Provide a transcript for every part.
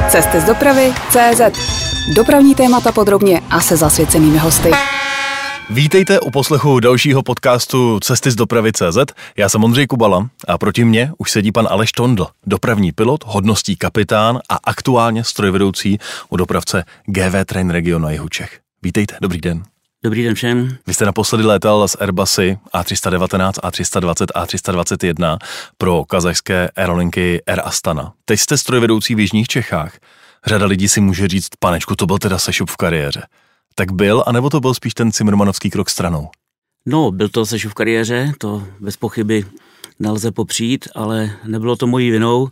Cesty z dopravy CZ. Dopravní témata podrobně a se zasvěcenými hosty. Vítejte u poslechu dalšího podcastu Cesty z dopravy CZ. Já jsem Ondřej Kubala a proti mně už sedí pan Aleš Tondl, dopravní pilot, hodností kapitán a aktuálně strojvedoucí u dopravce GV Train Region na jihu Čech. Vítejte, dobrý den. Dobrý den všem. Vy jste naposledy létal s Airbusy A319, A320, A321 pro kazachské aerolinky Air Astana. Teď jste strojvedoucí v jižních Čechách. Řada lidí si může říct, panečku, to byl teda sešup v kariéře. Tak byl, anebo to byl spíš ten cimrmanovský krok stranou? No, byl to sešup v kariéře, to bez pochyby nelze popřít, ale nebylo to mojí vinou.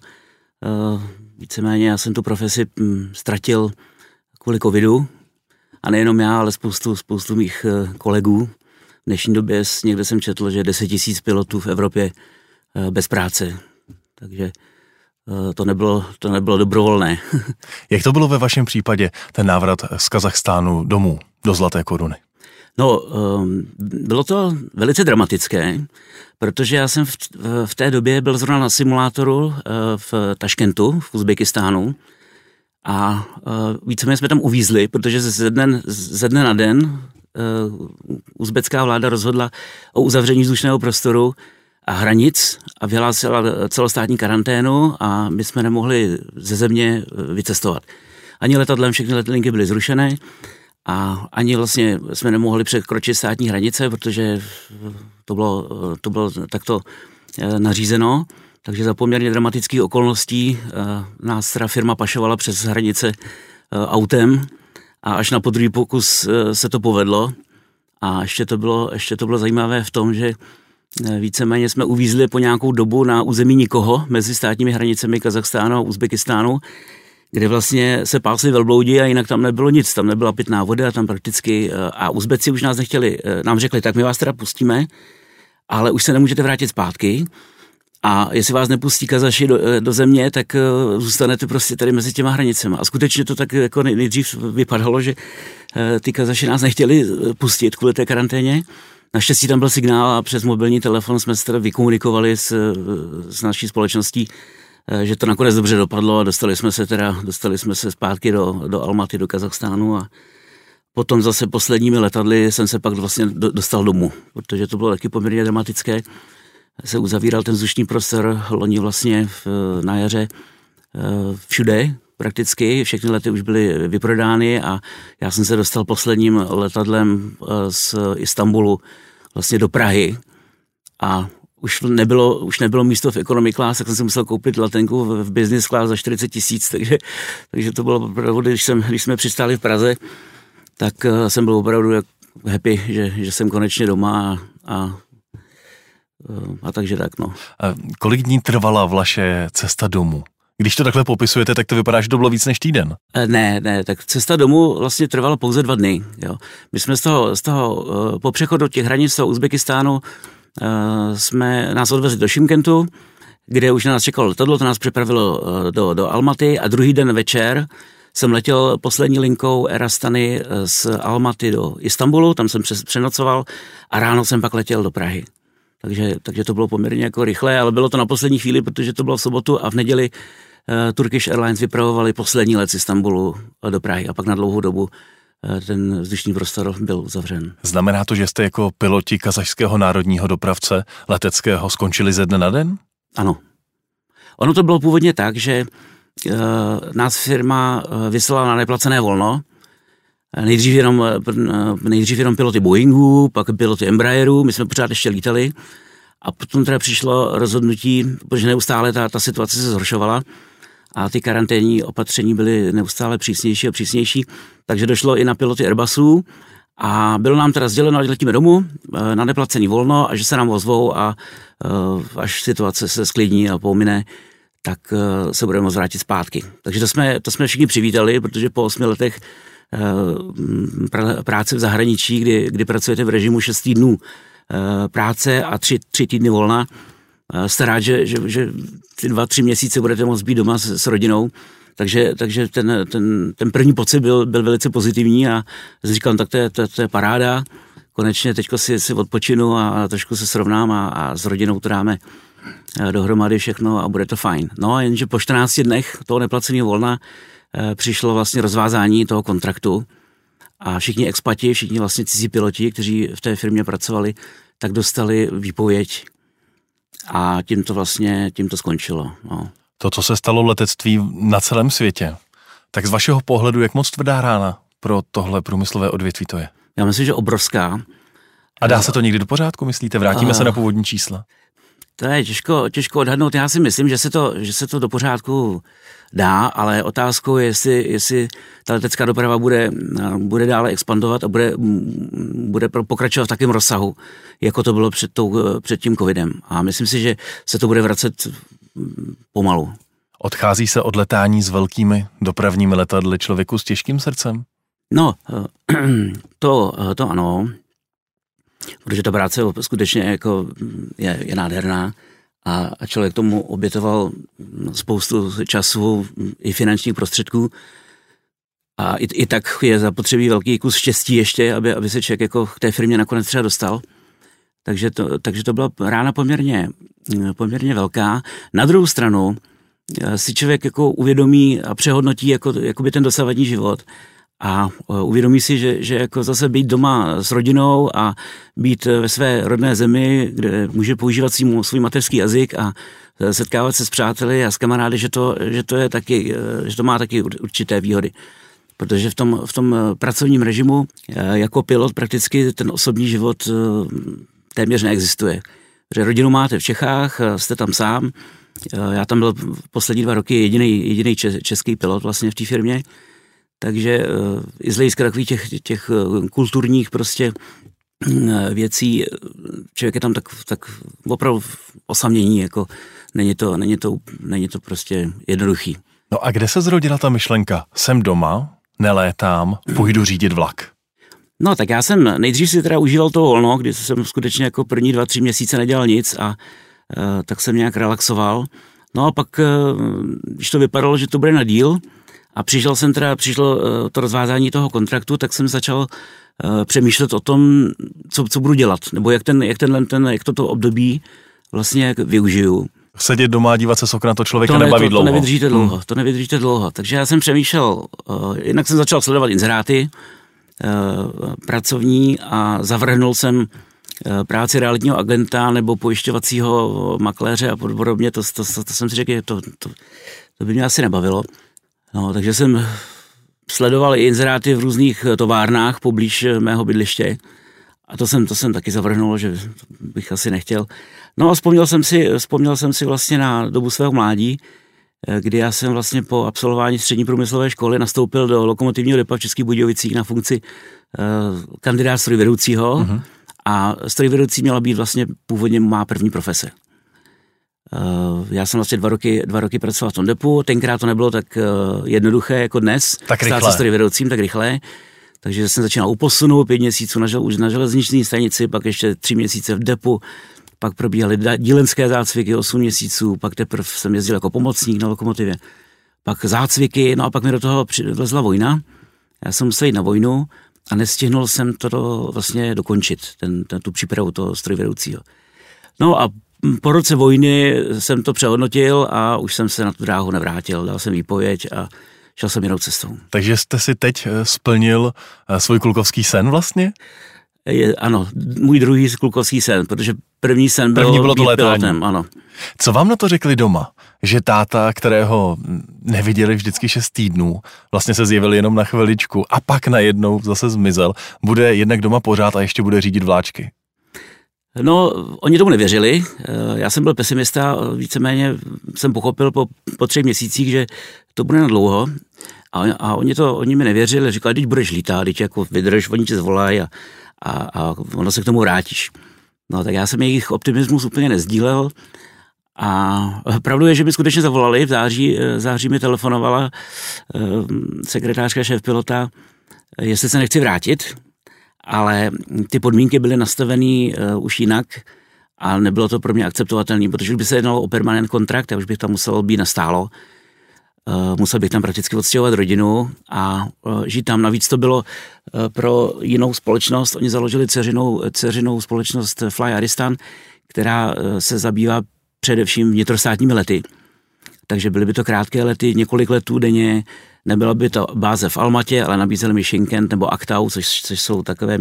Víceméně já jsem tu profesi ztratil kvůli covidu. A nejenom já, ale spoustu mých kolegů. V dnešní době někde jsem četl, že 10 000 pilotů v Evropě bez práce. Takže to nebylo dobrovolné. Jak to bylo ve vašem případě, ten návrat z Kazachstánu domů do Zlaté koruny? No, bylo to velice dramatické, protože já jsem v té době byl zrovna na simulátoru v Taškentu, v Uzbekistánu. A víceméně jsme tam uvízli, protože ze dne na den uzbecká vláda rozhodla o uzavření vzdušného prostoru a hranic a vyhlásila celostátní karanténu a my jsme nemohli ze země vycestovat. Ani letadlem, všechny letelinky byly zrušené a ani vlastně jsme nemohli překročit státní hranice, protože to bylo takto nařízeno. Takže za poměrně dramatických okolností nás teda firma pašovala přes hranice autem a až na podruhý pokus se to povedlo. A ještě to bylo zajímavé v tom, že víceméně jsme uvízli po nějakou dobu na území nikoho mezi státními hranicemi Kazachstánu a Uzbekistánu, kde vlastně se pásli velbloudi a jinak tam nebylo nic, tam nebyla pitná voda, tam prakticky a Uzbeci už nás nechtěli, nám řekli, tak my vás teda pustíme, ale už se nemůžete vrátit zpátky. A jestli vás nepustí Kazaši do země, tak zůstanete prostě tady mezi těma hranicemi. A skutečně to tak jako nejdřív vypadalo, že ty Kazaši nás nechtěli pustit kvůli té karanténě. Naštěstí tam byl signál a přes mobilní telefon jsme se teda vykomunikovali s naší společností, že to nakonec dobře dopadlo a dostali jsme se zpátky do Almaty, do Kazachstánu a potom zase posledními letadly jsem se pak vlastně dostal domů, protože to bylo taky poměrně dramatické. Se uzavíral ten vzdušný prostor loni vlastně na jaře všude prakticky, všechny lety už byly vyprodány a já jsem se dostal posledním letadlem z Istanbulu vlastně do Prahy a už nebylo místo v economy class, tak jsem si musel koupit letenku v business class za 40 000, takže to bylo opravdu, když jsme přistáli v Praze, tak jsem byl opravdu happy, že jsem konečně doma a takže tak, no. A kolik dní trvala vaše cesta domů? Když to takhle popisujete, tak to vypadá, že to bylo víc než týden. Ne, tak cesta domů vlastně trvala pouze 2 dny. Jo. My jsme z toho po přechodu těch hranic toho Uzbekistánu nás odvezli do Šymkentu, kde už na nás čekalo letadlo, to nás přepravilo do Almaty a druhý den večer jsem letěl poslední linkou Air Astany z Almaty do Istanbulu, tam jsem přenocoval a ráno jsem pak letěl do Prahy. Takže to bylo poměrně jako rychlé, ale bylo to na poslední chvíli, protože to bylo v sobotu a v neděli Turkish Airlines vypravovali poslední let z Istanbulu do Prahy a pak na dlouhou dobu ten vzdušný prostor byl uzavřen. Znamená to, že jste jako piloti kazašského národního dopravce leteckého skončili ze dne na den? Ano. Ono to bylo původně tak, že nás firma vyslala na neplacené volno. Nejdřív jenom piloty Boeingu, pak piloty Embraeru, my jsme pořád ještě lítali a potom teda přišlo rozhodnutí, protože neustále ta situace se zhoršovala a ty karanténní opatření byly neustále přísnější a přísnější, takže došlo i na piloty Airbusů a bylo nám teda sděleno, že letíme domů na neplacený volno a že se nám ozvou a až situace se sklidní a pomine, tak se budeme moct vrátit zpátky. Takže to jsme všichni přivítali, protože po 8 letech práce v zahraničí, kdy pracujete v režimu 6 týdnů práce a 3 týdny volna, jste rád, že ty 2-3 měsíce budete moct být doma s rodinou, takže ten první pocit byl velice pozitivní a říkám, tak to je paráda, konečně teďko si odpočinu a trošku se srovnám a s rodinou to dáme dohromady všechno a bude to fajn. No a jenže po 14 dnech toho neplaceného volna přišlo vlastně rozvázání toho kontraktu a všichni expati, všichni vlastně cizí piloti, kteří v té firmě pracovali, tak dostali výpověď a tím to skončilo. No. To, co se stalo v letectví na celém světě, tak z vašeho pohledu, jak moc tvrdá rána pro tohle průmyslové odvětví to je? Já myslím, že obrovská. A dá se to někdy do pořádku, myslíte? Vrátíme se na původní čísla? To je těžko odhadnout. Já si myslím, že se to do pořádku dá, ale otázkou je, jestli ta letecká doprava bude dále expandovat a bude pokračovat v takém rozsahu, jako to bylo před tím covidem. A myslím si, že se to bude vracet pomalu. Odchází se od letání s velkými dopravními letadly člověku s těžkým srdcem? No, to ano, protože ta práce skutečně jako je nádherná a člověk tomu obětoval spoustu času i finančních prostředků a i tak je zapotřebí velký kus štěstí ještě, aby se člověk jako k té firmě nakonec třeba dostal. Takže to byla rána poměrně velká. Na druhou stranu si člověk jako uvědomí a přehodnotí jakoby ten dosavadní život a uvědomí si, že jako zase být doma s rodinou a být ve své rodné zemi, kde může používat svůj mateřský jazyk a setkávat se s přáteli a s kamarády, že to má taky určité výhody. Protože v tom pracovním režimu jako pilot prakticky ten osobní život téměř neexistuje. Protože rodinu máte v Čechách, jste tam sám. Já tam byl poslední 2 roky jediný český pilot vlastně v té firmě. Takže i z hlediska takových těch kulturních prostě věcí, člověk je tam tak opravdu osamění, jako není to prostě jednoduchý. No a kde se zrodila ta myšlenka? Jsem doma, nelétám, půjdu řídit vlak. No tak já jsem nejdřív si teda užíval to volno, kdy jsem skutečně jako první 2-3 měsíce nedělal nic a tak jsem nějak relaxoval. No a pak, když to vypadalo, že to bude na díl, a přišlo to rozvázání toho kontraktu, tak jsem začal přemýšlet o tom, co budu dělat, nebo jak toto období vlastně využiju. Sedět doma a dívat se z okna, to člověka nebaví dlouho. To nevydržíte dlouho. Takže já jsem přemýšlel, jednak jsem začal sledovat inzeráty pracovní a zavrhnul jsem práci realitního agenta nebo pojišťovacího makléře a podobně. To jsem si řekl, to by mě asi nebavilo. No, takže jsem sledoval i inzeráty v různých továrnách poblíž mého bydliště a to jsem taky zavrhnul, že bych asi nechtěl. No a vzpomněl jsem si vlastně na dobu svého mládí, kdy já jsem vlastně po absolvování střední průmyslové školy nastoupil do lokomotivního depa v Českých Budějovicích na funkci kandidát strojvedoucího a strojvedoucí měla být vlastně původně má první profese. Já jsem vlastně 2 roky pracoval v tom depu, tenkrát to nebylo tak jednoduché jako dnes, stát se strojvedoucím tak rychle, takže jsem začínal u posunu, 5 měsíců na železniční stanici, pak ještě 3 měsíce v depu, pak probíhaly dílenské zácviky 8 měsíců, pak teprve jsem jezdil jako pomocník na lokomotivě, pak zácviky, no a pak mi do toho vlezla vojna, já jsem musel jít na vojnu a nestihnul jsem to vlastně dokončit, tu přípravu toho strojvedoucího. No a po roce vojny jsem to přehodnotil a už jsem se na tu dráhu nevrátil. Dal jsem výpověď a šel jsem jinou cestou. Takže jste si teď splnil svůj klukovský sen vlastně? Ano, můj druhý klukovský sen, protože první sen byl být pilotem, ano. Co vám na to řekli doma? Že táta, kterého neviděli vždycky 6 týdnů, vlastně se zjevil jenom na chviličku a pak najednou zase zmizel, bude jednak doma pořád a ještě bude řídit vláčky? No, oni tomu nevěřili, já jsem byl pesimista, víceméně jsem pochopil po 3 měsících, že to bude na dlouho a oni mi nevěřili, říkali, teď budeš lítat, teď jako vydrž, oni tě zvolají a ono se k tomu vrátíš. No tak já jsem jejich optimismus úplně nezdílel a pravdu je, že mi skutečně zavolali, v září mi telefonovala sekretářka šéfpilota, jestli se nechci vrátit, ale ty podmínky byly nastavený už jinak a nebylo to pro mě akceptovatelné, protože už by se jednalo o permanent kontrakt a už bych tam musel být nastálo. Musel bych tam prakticky odstěhovat rodinu a žít tam. Navíc to bylo pro jinou společnost. Oni založili dceřinou společnost Fly Aristan, která se zabývá především vnitrostátními lety. takže byly by to krátké lety, několik letů denně, nebyla by to báze v Almatě, ale nabízeli mi Šimkent nebo Aktau, což jsou takové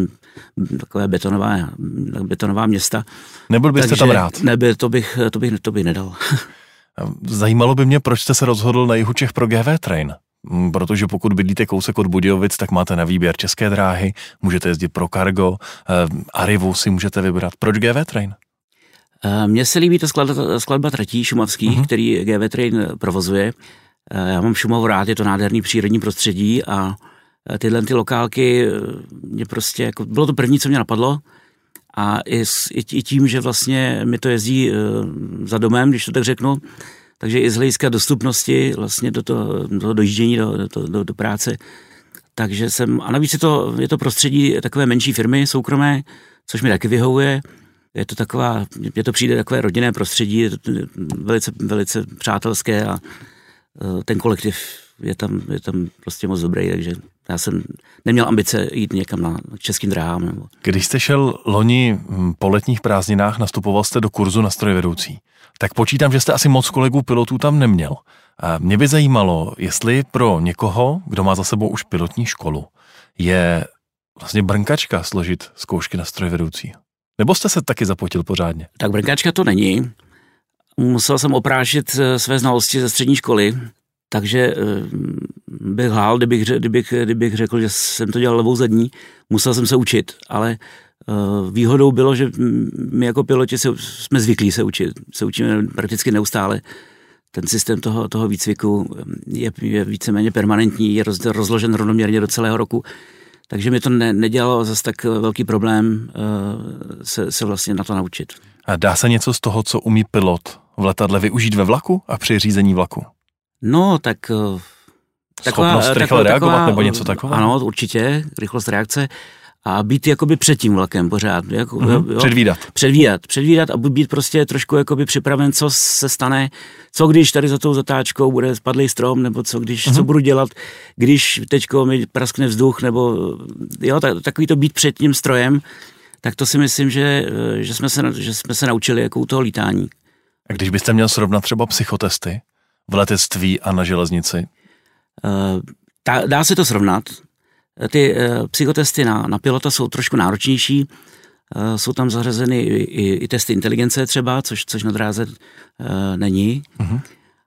betonová města. Nebyl byste tam rád? Nebyl, to bych nedal. Zajímalo by mě, proč jste se rozhodl na jihu Čech pro GV Train. Protože pokud bydlíte kousek od Budějovic, tak máte na výběr České dráhy, můžete jezdit pro Cargo, Arrivu si můžete vybrat. Proč GV Train? Mně se líbí ta skladba tratí šumavských, který GV Train provozuje. Já mám Šumavu rád, je to nádherný přírodní prostředí a tyhle ty lokálky mě prostě, jako, bylo to první, co mě napadlo a i tím, že vlastně mi to jezdí za domem, když to tak řeknu, takže i z hlediska dostupnosti vlastně do toho dojíždění do práce. Takže a navíc je to prostředí takové menší firmy, soukromé, což mi taky vyhovuje. Mně to přijde takové rodinné prostředí, je to velice, velice přátelské a ten kolektiv je tam prostě moc dobrý, takže já jsem neměl ambice jít někam na Českým dráhám. Když jste šel loni po letních prázdninách, nastupoval jste do kurzu na strojvedoucí, tak počítám, že jste asi moc kolegů pilotů tam neměl. A mě by zajímalo, jestli pro někoho, kdo má za sebou už pilotní školu, je vlastně brnkačka složit zkoušky na strojvedoucí. Nebo jste se taky zapotil pořádně? Tak brnkačka to není. Musel jsem oprášit své znalosti ze střední školy, takže bych lhal, kdybych řekl, že jsem to dělal levou zadní. Musel jsem se učit, ale výhodou bylo, že my jako piloti jsme zvyklí se učit. Se učíme prakticky neustále. Ten systém toho výcviku je víceméně permanentní, je rozložen rovnoměrně do celého roku. Takže mi to nedělalo zase tak velký problém se vlastně na to naučit. A dá se něco z toho, co umí pilot v letadle, využít ve vlaku a při řízení vlaku? No, tak... Schopnost rychle reagovat nebo něco takového? Ano, určitě, rychlost reakce a být jakoby před tím vlakem pořád. Předvídat a být prostě trošku jakoby připraven, co se stane, co když tady za tou zatáčkou bude spadlý strom, nebo co budu dělat, když teďko mi praskne vzduch, nebo takový to být před tím strojem, tak to si myslím, že jsme se naučili jako u toho lítání. A když byste měl srovnat třeba psychotesty v letectví a na železnici? Dá se to srovnat. Ty psychotesty na pilota jsou trošku náročnější. Jsou tam zařazeny i testy inteligence třeba, což na dráze není. Uh-huh.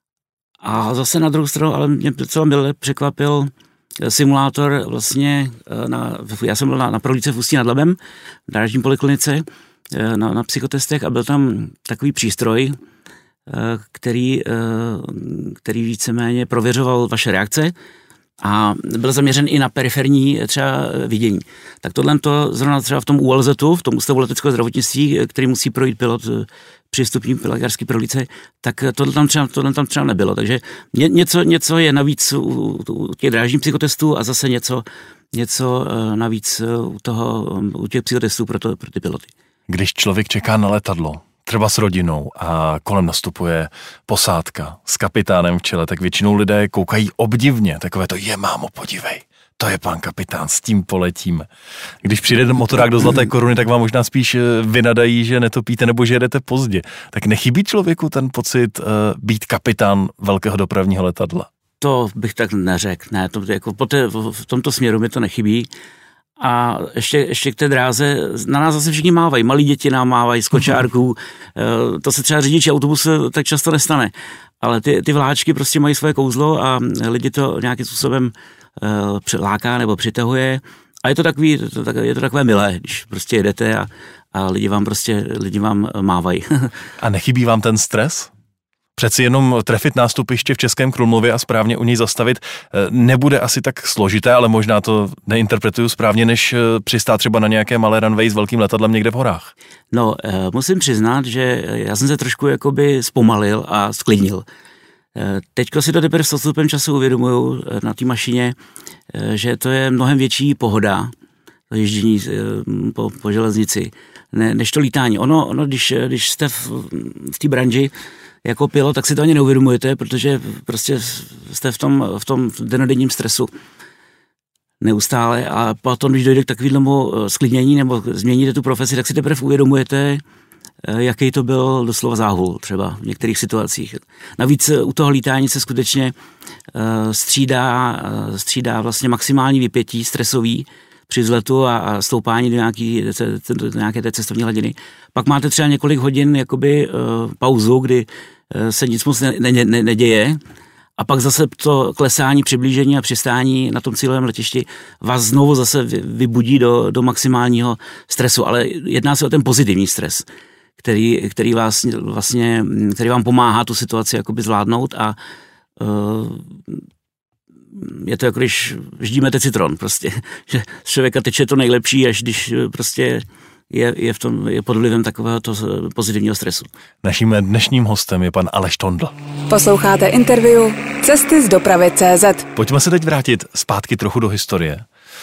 A zase na druhou stranu, ale mě docela mile překvapil simulátor vlastně, já jsem byl na prohlídce v Ústí nad Labem, v drážní poliklinice, na psychotestech a byl tam takový přístroj, který víceméně prověřoval vaše reakce a byl zaměřen i na periferní třeba vidění. Tak tohle to zrovna třeba v tom ULZ-u, v tom Ústavu leteckého zdravotnictví, který musí projít pilot při vstupní lékařské prohlídce, tak tohle tam třeba nebylo. Takže něco je navíc u těch drážních psychotestů a zase něco navíc u těch psychotestů pro ty piloty. Když člověk čeká na letadlo, třeba s rodinou a kolem nastupuje posádka s kapitánem v čele, tak většinou lidé koukají obdivně, takové to mámo, podívej, to je pan kapitán, s tím poletíme. Když přijde motorák do Zlaté Koruny, tak vám možná spíš vynadají, že netopíte nebo že jedete pozdě. Tak nechybí člověku ten pocit být kapitán velkého dopravního letadla? To bych tak neřekl, ne, v tomto směru mi to nechybí. A ještě k té dráze, na nás zase všichni mávají, malí děti nám mávají z kočárků, to se třeba řidiči autobusu tak často nestane, ale ty vláčky prostě mají svoje kouzlo a lidi to nějakým způsobem láká nebo přitahuje a je to takové milé, když prostě jedete a lidi vám mávají. A nechybí vám ten stres? Přeci jenom trefit nástupiště v Českém Krumlově a správně u něj zastavit nebude asi tak složité, ale možná to neinterpretuju správně, než přistát třeba na nějaké malé runway s velkým letadlem někde v horách. No, musím přiznat, že já jsem se trošku jakoby zpomalil a sklidnil. Teďko si to teprve s odstupem času uvědomuju na té mašině, že to je mnohem větší pohoda, to ježdění po železnici, než to lítání. Ono když jste v té branži jako pilot, tak si to ani neuvědomujete, protože prostě jste v tom dennodenním stresu neustále a potom, když dojde k takovému sklidnění nebo změníte tu profesi, tak si teprve uvědomujete, jaký to byl doslova záhul třeba v některých situacích. Navíc u toho lítání se skutečně střídá vlastně maximální vypětí stresový při vzletu a stoupání do nějaké té cestovní hladiny. Pak máte třeba několik hodin jakoby pauzu, kdy se nic moc neděje, a pak zase to klesání, přiblížení a přistání na tom cílovém letišti vás znovu zase vybudí do maximálního stresu, ale jedná se o ten pozitivní stres, který vám pomáhá tu situaci jakoby zvládnout, a je to jako když ždímete citron prostě, že z člověka teče to nejlepší, až když prostě je pod vlivem takového pozitivního stresu. Naším dnešním hostem je pan Aleš Tondl. Posloucháte interview Cesty z dopravy.cz. Pojďme se teď vrátit zpátky trochu do historie.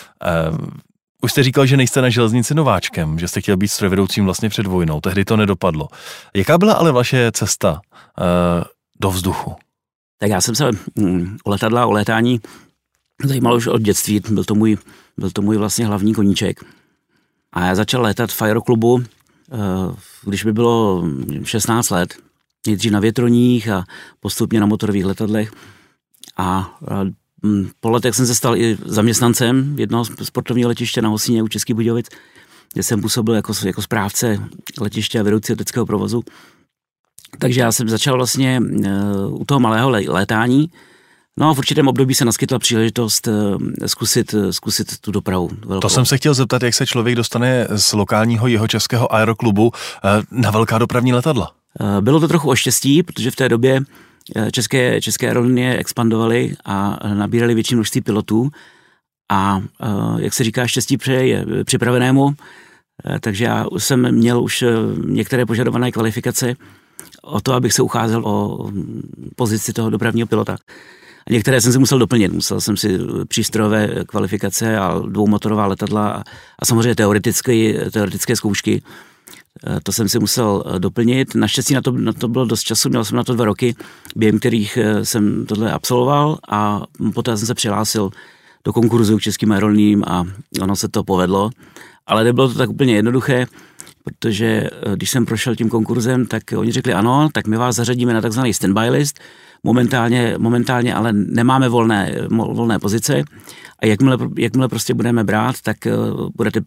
Už jste říkal, že nejste na železnici nováčkem, že jste chtěl být strojvedoucím vlastně před vojnou, tehdy to nedopadlo. Jaká byla ale vaše cesta do vzduchu? Tak já jsem se o letadla, o létání zajímal už od dětství, byl to můj vlastně hlavní koníček. A já začal létat v aeroklubu, když mi bylo 16 let, nejdřív na větroních a postupně na motorových letadlech. A po letech jsem se stal i zaměstnancem jednoho sportovního letiště na Hosíně u Českých Budějovic, kde jsem působil jako správce letiště a vedoucí leteckého provozu. Takže já jsem začal vlastně u toho malého létání. No a v určitém období se naskytla příležitost zkusit tu dopravu. Velkou. To jsem se chtěl zeptat, jak se člověk dostane z lokálního jihočeského aeroklubu na velká dopravní letadla. Bylo to trochu o štěstí, protože v té době české aerolinie expandovaly a nabírali větší množství pilotů. A jak se říká, štěstí přeje připravenému, takže já jsem měl už některé požadované kvalifikace o to, abych se ucházel o pozici toho dopravního pilota. A některé jsem si musel doplnit. Musel jsem si přístrojové kvalifikace a dvoumotorová letadla a samozřejmě teoretické zkoušky. To jsem si musel doplnit. Naštěstí na to bylo dost času, měl jsem na to 2 roky, během kterých jsem tohle absolvoval, a poté jsem se přihlásil do konkurzu k českým aeroliniím a ono se to povedlo. Ale nebylo to tak úplně jednoduché, protože když jsem prošel tím konkurzem, tak oni řekli ano, tak my vás zařadíme na takzvaný standby list. Momentálně ale nemáme volné pozice, a jakmile prostě budeme brát, tak budete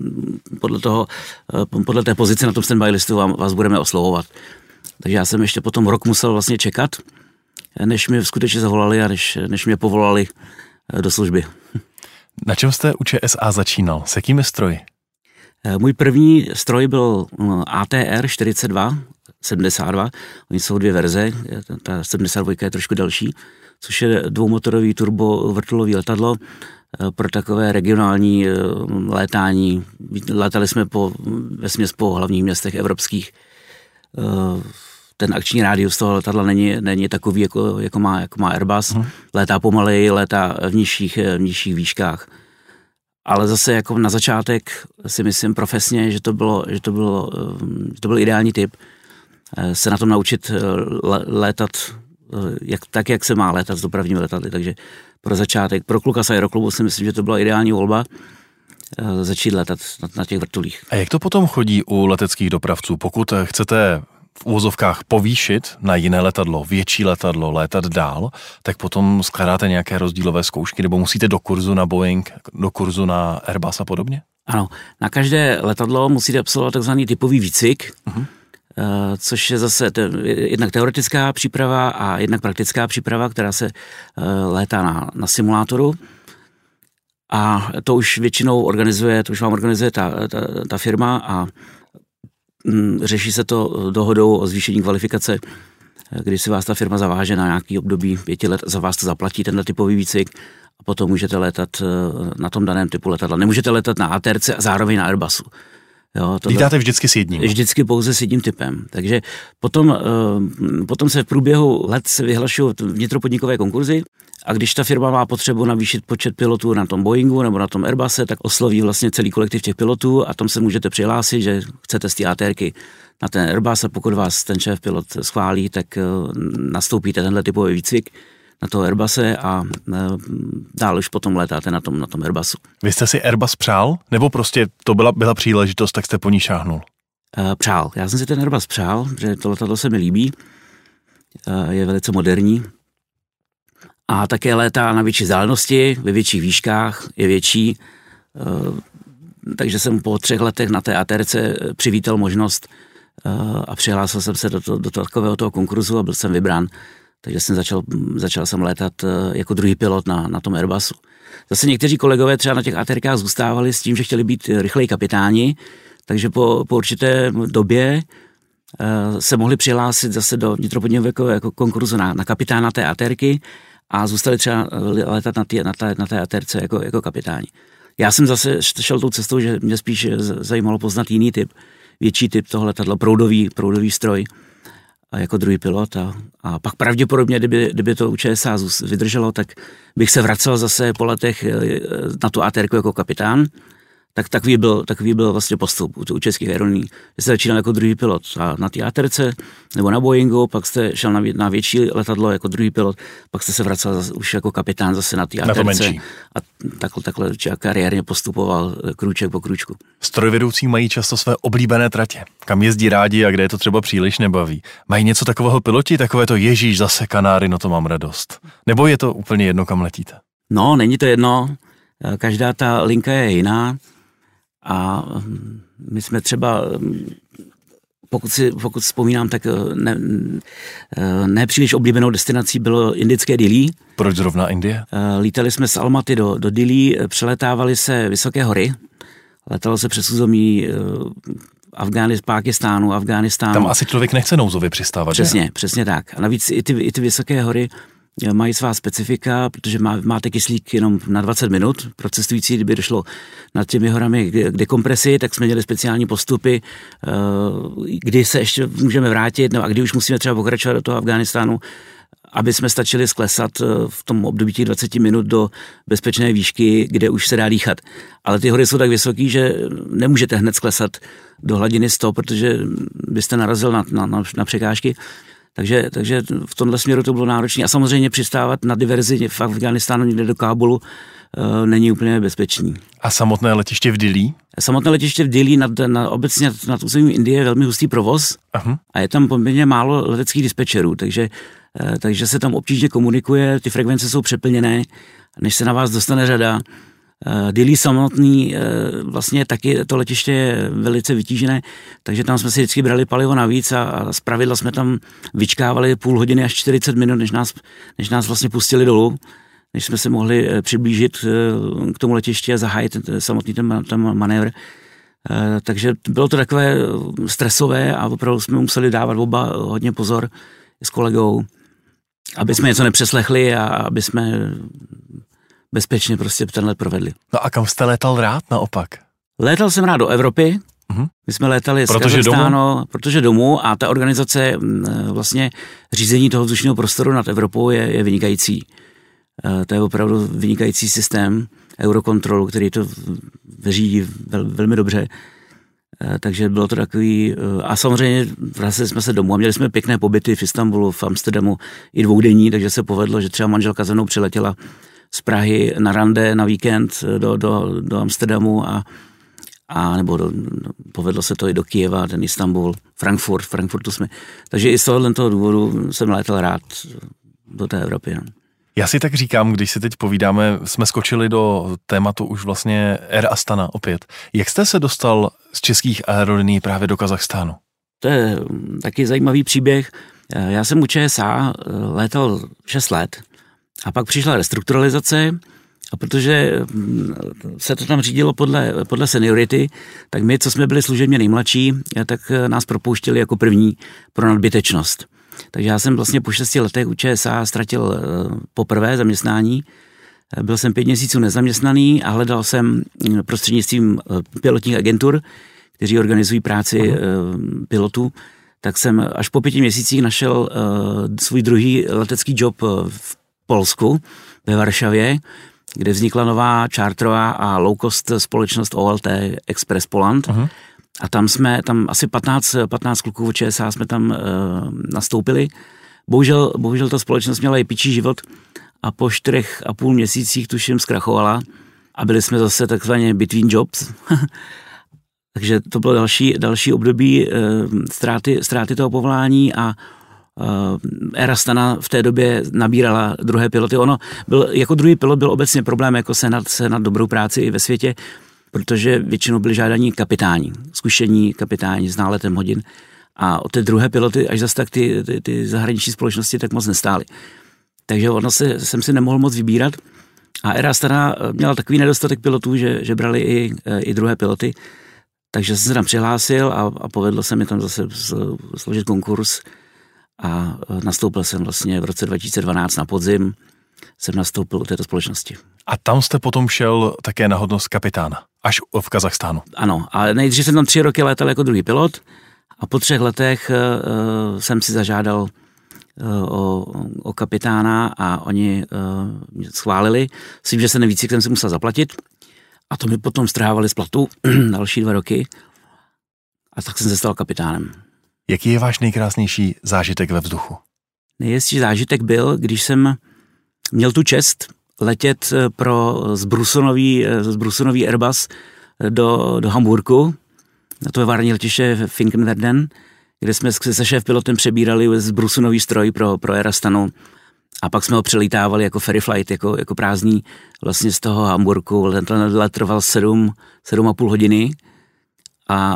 podle té pozice na tom standby listu vás budeme oslovovat. Takže já jsem ještě potom rok musel vlastně čekat, než mi skutečně zavolali a než mě povolali do služby. Na čem jste u ČSA začínal? S jakými stroji? Můj první stroj byl ATR 42, 72, oni jsou 2 verze, ta 72 je trošku delší, což je dvoumotorový turbovrtulový letadlo pro takové regionální létání. Létali jsme vesměs po hlavních městech evropských. Ten akční rádius toho letadla není takový, jako má Airbus. Létá pomaleji, létá v nižších výškách. Ale zase jako na začátek si myslím profesně, že to byl ideální typ se na tom naučit létat jak se má létat s dopravními letadly. Takže pro začátek, pro kluka z aeroklubu si myslím, že to byla ideální volba začít létat na těch vrtulích. A jak to potom chodí u leteckých dopravců? Pokud chcete v uvozovkách povýšit na jiné letadlo, větší letadlo, létat dál, tak potom skládáte nějaké rozdílové zkoušky, nebo musíte do kurzu na Boeing, do kurzu na Airbus a podobně? Ano, na každé letadlo musíte absolvovat takzvaný typový výcvik, což je zase jednak teoretická příprava a jednak praktická příprava, která se létá na simulátoru. A to už většinou vám organizuje ta firma a řeší se to dohodou o zvýšení kvalifikace, kdy si vás ta firma zaváže na nějaký období 5 let, za vás to zaplatí tenhle typový výcvik a potom můžete létat na tom daném typu letadla. Nemůžete létat na ATRC a zároveň na Airbusu. Lítáte vždycky s jedním? Vždycky pouze s jedním typem. Takže potom se v průběhu let se vyhlašují vnitropodnikové konkurzy a když ta firma má potřebu navýšit počet pilotů na tom Boeingu nebo na tom Airbuse, tak osloví vlastně celý kolektiv těch pilotů a tam se můžete přihlásit, že chcete z té ATRky na ten Airbus a pokud vás ten šéf pilot schválí, tak nastoupíte tenhle typový výcvik na toho Airbuse a dál už potom letáte na tom Airbusu. Vy jste si Airbus přál? Nebo prostě to byla příležitost, tak jste po ní šáhnul? Přál. Já jsem si ten Airbus přál, protože to letadlo se mi líbí. Je velice moderní. A také létá na větší vzdálenosti, ve větších výškách, je větší. Takže jsem po 3 letech na té ATRC přivítal možnost a přihlásil jsem se do takového toho konkurzu a byl jsem vybrán. Takže jsem začal jsem létat jako druhý pilot na tom Airbusu. Zase někteří kolegové třeba na těch ATRkách zůstávali s tím, že chtěli být rychleji kapitáni, takže po určité době se mohli přihlásit zase do vnitropodnikového jako konkurzu na kapitána té ATRky a zůstali třeba létat na té ATRce jako kapitáni. Já jsem zase šel tou cestou, že mě spíš zajímalo poznat jiný typ, větší typ toho letadla, proudový stroj jako druhý pilot a pak pravděpodobně, kdyby to u ČSA vydrželo, tak bych se vracel zase po letech na tu ATRku jako kapitán. Tak takový byl vlastně postup u českých aerolíní. Jste začínal jako druhý pilot na té ATRce nebo na Boeingu, pak jste šel na větší letadlo jako druhý pilot, pak jste se vracel už jako kapitán zase na té ATRce a takhle kariérně postupoval krůček po krůčku. Strojvedoucí mají často své oblíbené tratě, kam jezdí rádi a kde je to třeba příliš nebaví. Mají něco takového piloti, takové to Ježíš, zase Kanáry, no to mám radost. Nebo je to úplně jedno, kam letíte? No, není to jedno. Každá ta linka je jiná. A my jsme třeba, pokud vzpomínám, tak ne příliš oblíbenou destinací bylo indické Dillí. Proč zrovna Indie? Lítali jsme z Almaty do Dillí, přeletávali se vysoké hory, letalo se přes území Pákistánu, Afghánistánu. Tam asi člověk nechce nouzově přistávat, Přesně tak. A navíc i ty vysoké hory mají svá specifika, protože máte kyslík jenom na 20 minut. Pro cestující, kdyby došlo nad těmi horami k dekompresi, tak jsme měli speciální postupy, kdy se ještě můžeme vrátit, a kdy už musíme třeba pokračovat do toho Afghánistánu, aby jsme stačili sklesat v tom období těch 20 minut do bezpečné výšky, kde už se dá dýchat. Ale ty hory jsou tak vysoký, že nemůžete hned sklesat do hladiny 100, protože byste narazil na překážky. Takže v tomhle směru to bylo náročné. A samozřejmě přistávat na diverzi v Afghánistánu někde do Kábulu není úplně bezpečný. A samotné letiště v Dillí? Samotné letiště v Dillí obecně nad územím Indie je velmi hustý provoz. Aha. A je tam poměrně málo leteckých dispečerů, takže se tam obtížně komunikuje, ty frekvence jsou přeplněné, než se na vás dostane řada. Dillí samotný, vlastně taky to letiště je velice vytížené, takže tam jsme si vždycky brali palivo navíc a zpravidla jsme tam vyčkávali půl hodiny až 40 minut, než nás vlastně pustili dolů, než jsme se mohli přiblížit k tomu letišti a zahájit samotný ten manévr. Takže bylo to takové stresové a opravdu jsme museli dávat oba hodně pozor s kolegou, aby jsme něco nepřeslechli a aby jsme bezpečně prostě ten let provedli. No a kam jste létal rád naopak? Létal jsem rád do Evropy. My jsme létali z Kazachstánu, protože domů a ta organizace vlastně řízení toho vzdušného prostoru nad Evropou je vynikající. To je opravdu vynikající systém Eurocontrolu, který to řídí velmi dobře. Takže bylo to takový, a samozřejmě vraceli jsme se domů a měli jsme pěkné pobyty v Istanbulu, v Amsterdamu i dvoudenní, takže se povedlo, že třeba manželka se mnou přiletěla z Prahy na rande na víkend do Amsterdamu nebo povedlo se to i do Kyjeva, ten Istanbul, Frankfurtu jsme. Takže i z tohoto důvodu jsem létal rád do té Evropy. No. Já si tak říkám, když si teď povídáme, jsme skočili do tématu už vlastně Air Astana opět. Jak jste se dostal z českých aerolinií právě do Kazachstánu? To je taky zajímavý příběh. Já jsem u ČSA létal 6 let a pak přišla restrukturalizace a protože se to tam řídilo podle seniority, tak my, co jsme byli služebně nejmladší, tak nás propouštěli jako první pro nadbytečnost. Takže já jsem vlastně po 6 letech u ČSA ztratil poprvé zaměstnání. Byl jsem 5 měsíců nezaměstnaný a hledal jsem prostřednictvím pilotních agentur, kteří organizují práci pilotů, tak jsem až po 5 měsících našel svůj druhý letecký job v Polsku, ve Varšavě, kde vznikla nová charterová a low-cost společnost OLT Express Poland. A tam asi 15 kluků od ČSA jsme tam nastoupili. Bohužel ta společnost měla i pičí život a po 4,5 měsících tuším zkrachovala a byli jsme zase takzvaně between jobs. Takže to bylo další období ztráty toho povolání a Air Astana v té době nabírala druhé piloty. Jako druhý pilot byl obecně problém jako sehnat dobrou práci i ve světě, protože většinou byli žádaní kapitáni, zkušení kapitáni s náletem hodin. A o ty druhé piloty až zase tak ty zahraniční společnosti tak moc nestály. Takže jsem si nemohl moc vybírat. A Air Astana měla takový nedostatek pilotů, že brali i druhé piloty. Takže jsem se tam přihlásil a povedlo se mi tam zase složit konkurs a nastoupil jsem vlastně v roce 2012 na podzim, jsem nastoupil do této společnosti. A tam jste potom šel také na hodnost kapitána, až v Kazachstánu. Ano, ale nejdřív jsem tam 3 roky letel jako druhý pilot a po 3 letech jsem si zažádal o kapitána a oni mě schválili. S tím, že se nevíc, jsem si musel zaplatit a to mi potom strhávali z platu další 2 roky a tak jsem se stal kapitánem. Jaký je váš nejkrásnější zážitek ve vzduchu? Nejhezčí zážitek byl, když jsem měl tu čest letět pro zbrusunový Airbus do Hamburku, na to tovární letiště Finkenwerden, kde jsme se šéfpilotem přebírali zbrusunový stroj pro Air Astanu a pak jsme ho přelítávali jako ferry flight, jako prázdný vlastně z toho Hamburku. Let trval 7,5 hodiny a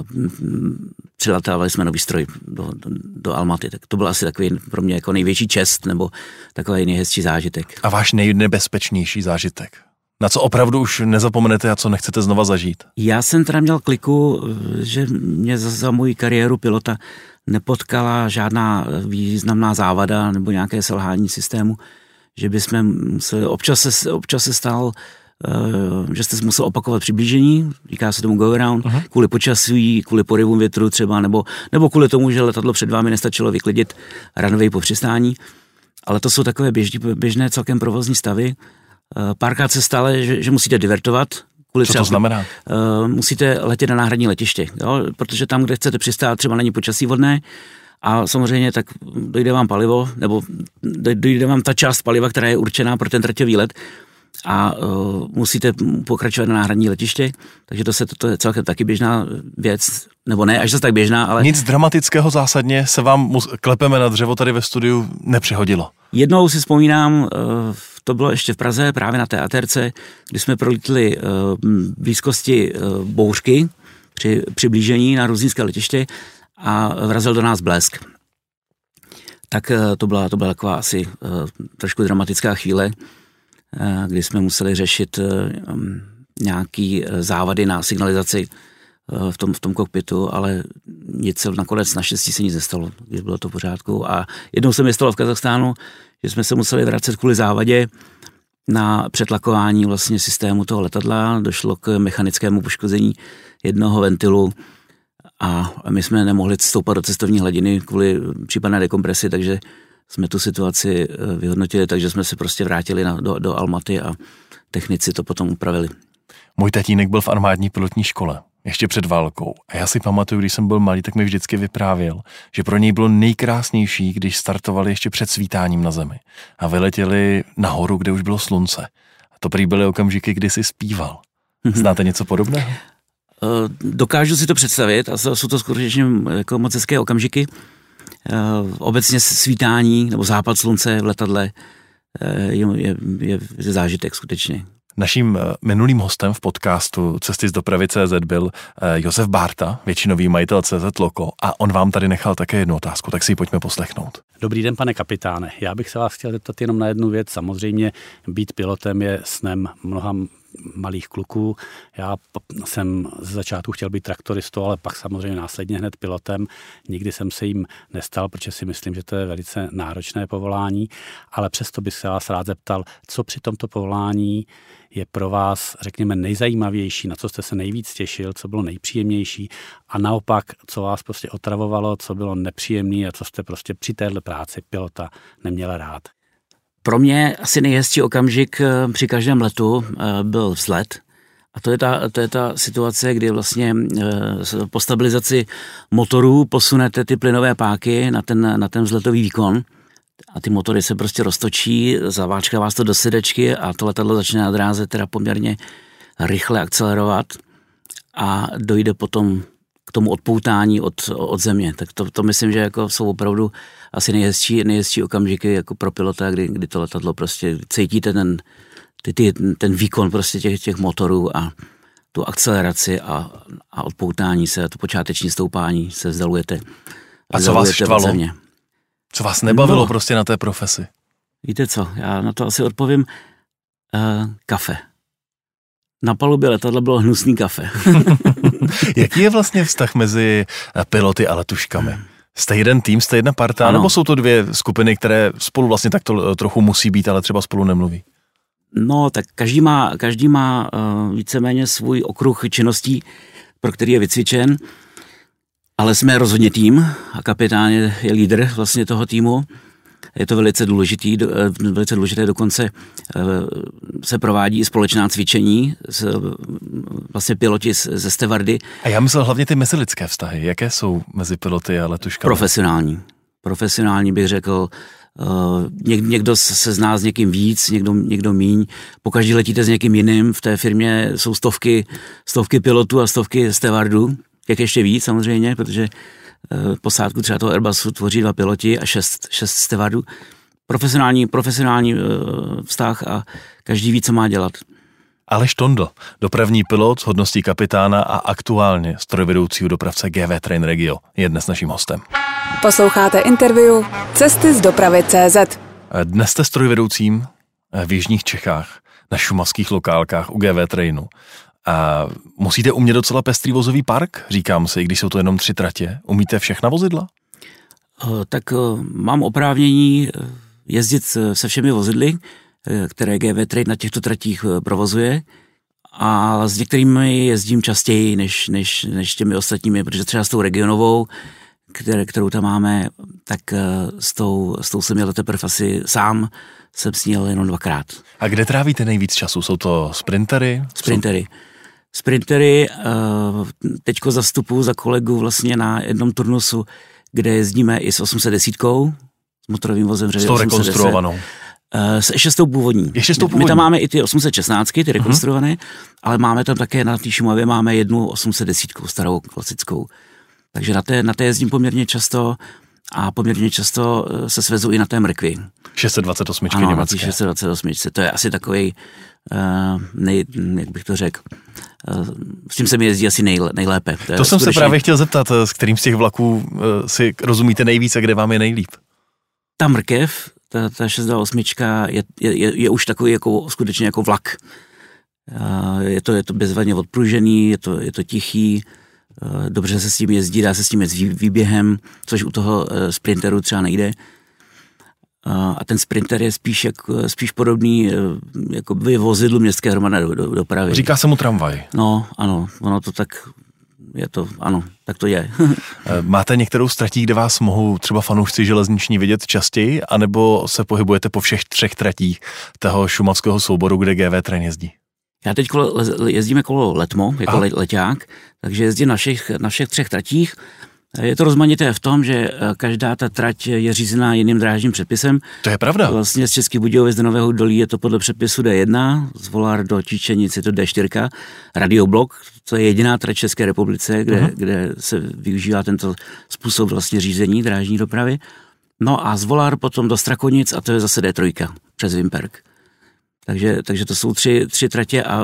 přiletávali jsme nový stroj do Almaty. Tak to byl asi takový pro mě jako největší čest nebo takový nejhezčí zážitek. A váš nejnebezpečnější zážitek? Na co opravdu už nezapomenete a co nechcete znova zažít? Já jsem teda měl kliku, že mě za moji kariéru pilota nepotkala žádná významná závada nebo nějaké selhání systému, že bychom museli, občas se stalo, že jste musel opakovat přiblížení, říká se tomu go around, kvůli počasí, kvůli porivům větru třeba, nebo kvůli tomu, že letadlo před vámi nestačilo vyklidit runway po přistání, ale to jsou takové běžné celkem provozní stavy. Párkrát se stalo, že musíte divertovat. Co to znamená? Musíte letět na náhradní letiště, jo? Protože tam, kde chcete přistát, třeba není počasí vhodné a samozřejmě tak dojde vám palivo, nebo dojde vám ta část paliva, která je určená pro ten traťový let a musíte pokračovat na náhradní letiště, takže to je celkem taky běžná věc, nebo ne, až zase tak běžná, ale... Nic dramatického zásadně se vám klepeme na dřevo tady ve studiu nepřihodilo. Jednou si vzpomínám, to bylo ještě v Praze, právě na té ATRce, kdy jsme prolítli blízkosti bouřky při přiblížení na Ruzínské letiště a vrazil do nás blesk. Tak to byla taková asi trošku dramatická chvíle, kdy jsme museli řešit nějaký závady na signalizaci v tom kokpitu, ale nic nakonec naštěstí se nic nestalo, když bylo to v pořádku. A jednou se mi stalo v Kazachstánu, že jsme se museli vracet kvůli závadě na přetlakování vlastně systému toho letadla. Došlo k mechanickému poškození jednoho ventilu a my jsme nemohli stoupat do cestovní hladiny kvůli případné dekompresi, takže jsme tu situaci vyhodnotili, takže jsme se prostě vrátili do Almaty a technici to potom upravili. Můj tatínek byl v armádní pilotní škole, ještě před válkou. A já si pamatuju, když jsem byl malý, tak mi vždycky vyprávěl, že pro něj bylo nejkrásnější, když startovali ještě před svítáním na zemi a vyletěli nahoru, kde už bylo slunce. A to prý byly okamžiky, kdy si zpíval. Znáte něco podobného? Dokážu si to představit a jsou to skutečně jako moc hezké okamžiky. Obecně svítání nebo západ slunce v letadle je zážitek skutečně. Naším minulým hostem v podcastu Cesty z dopravy.cz byl Josef Bárta, většinový majitel CZ Loko, a on vám tady nechal také jednu otázku, tak si ji pojďme poslechnout. Dobrý den, pane kapitáne. Já bych se vás chtěl zeptat jenom na jednu věc. Samozřejmě být pilotem je snem mnoha malých kluků. Já jsem ze začátku chtěl být traktoristou, ale pak samozřejmě následně hned pilotem. Nikdy jsem se jim nestal, protože si myslím, že to je velice náročné povolání, ale přesto bych se vás rád zeptal, co při tomto povolání je pro vás, řekněme, nejzajímavější, na co jste se nejvíc těšil, co bylo nejpříjemnější a naopak, co vás prostě otravovalo, co bylo nepříjemné a co jste prostě při téhle práci pilota neměl rád. Pro mě asi nejhezčí okamžik při každém letu byl vzlet. A to je ta situace, kdy vlastně po stabilizaci motorů posunete ty plynové páky na ten vzletový výkon a ty motory se prostě roztočí, zaváčká vás to do sedečky a to letadlo začne na dráze teda poměrně rychle akcelerovat a dojde potom k tomu odpoutání od země. Tak to myslím, že jako jsou opravdu asi nejhezčí okamžiky jako pro pilota, kdy to letadlo prostě cítíte ten výkon prostě těch motorů a tu akceleraci a odpoutání se, to počáteční stoupání se vzdalujete. A co vás štvalo? Co vás nebavilo prostě na té profesi? Víte co, já na to asi odpovím kafe. Na palubě letadla bylo hnusný kafe. Jaký je vlastně vztah mezi piloty a letuškami? Jste jeden tým, jste jedna parta, nebo jsou to dvě skupiny, které spolu vlastně takto trochu musí být, ale třeba spolu nemluví? No, tak každý má víceméně svůj okruh činností, pro který je vycvičen, ale jsme rozhodně tým a kapitán je lídr vlastně toho týmu. Je to velice důležité, dokonce se provádí i společná cvičení, vlastně piloti ze stevardy. A já myslel hlavně ty mezilidské vztahy. Jaké jsou mezi piloty a letuškami? Profesionální bych řekl. Někdo se zná s někým víc, někdo míň. Pokaždé letíte s někým jiným. V té firmě jsou stovky pilotů a stovky stevardů. Jak ještě víc samozřejmě, protože posádku třeba toho Airbusu tvoří 2 piloti a 6 stevardů. Profesionální vztah a každý ví, co má dělat. Aleš Tondl, dopravní pilot s hodností kapitána a aktuálně strojvedoucího dopravce GV Train Regio, je dnes naším hostem. Posloucháte interview Cesty z dopravy.cz. Dnes jste strojvedoucím v jižních Čechách, na šumavských lokálkách u GV Trainu. A musíte umět docela pestrý vozový park, říkám si, i když jsou to jenom 3 tratě. Umíte všechna vozidla? Tak mám oprávnění jezdit se všemi vozidly, které GV Train na těchto tratích provozuje, a s některými jezdím častěji než těmi ostatními, protože třeba s tou regionovou, kterou tam máme, tak s tou jsem jel teprve asi sám, jsem s ní jel jenom 2krát. A kde trávíte nejvíc času? Jsou to sprintery? Sprintery, teďko zastupuju za kolegu vlastně na jednom turnusu, kde jezdíme i s 810, s motorovým vozem řady 810. S tou rekonstruovanou. Ještě s tou původní. My tam máme i ty 816, ty rekonstruované, ale máme tam také na té Šumavě máme jednu 810, starou, klasickou. Takže na té jezdím poměrně často a poměrně často se svezu i na té mrkvi. 628 německé. Ano, 628. To je asi takovej, jak bych to řekl, s tím se mi jezdí asi nejlépe. To jsem se právě chtěl zeptat, s kterým z těch vlaků si rozumíte nejvíc a kde vám je nejlíp? Ta mrkev, ta 628 je už takový skutečně jako vlak. Je to bezvadně odpružený, je to tichý, dobře se s tím jezdí, dá se s tím jet výběhem, což u toho sprinteru třeba nejde. A ten sprinter je spíš podobný jako vozidlu městské hromadné dopravy. Říká se mu tramvaj. No, ano, ono to tak je to, ano, tak to je. Máte některou z tratí, kde vás mohou třeba fanoušci železniční vidět častěji, anebo se pohybujete po všech 3 tratích toho šumavského souboru, kde GV Train jezdí? Já teď jezdím jako letmo, jako leťák, takže jezdím na všech 3 tratích. Je to rozmanité v tom, že každá ta trať je řízená jiným drážním předpisem. To je pravda. Vlastně z Českých Budějovic do Nového Dolí je to podle předpisu D1, z Volár do Číčenic je to D4, Radioblok, to je jediná trať v České republice, kde se využívá tento způsob vlastně řízení drážní dopravy. No a z Volár potom do Strakonic a to je zase D3 přes Vimperk. Takže to jsou 3 tratě a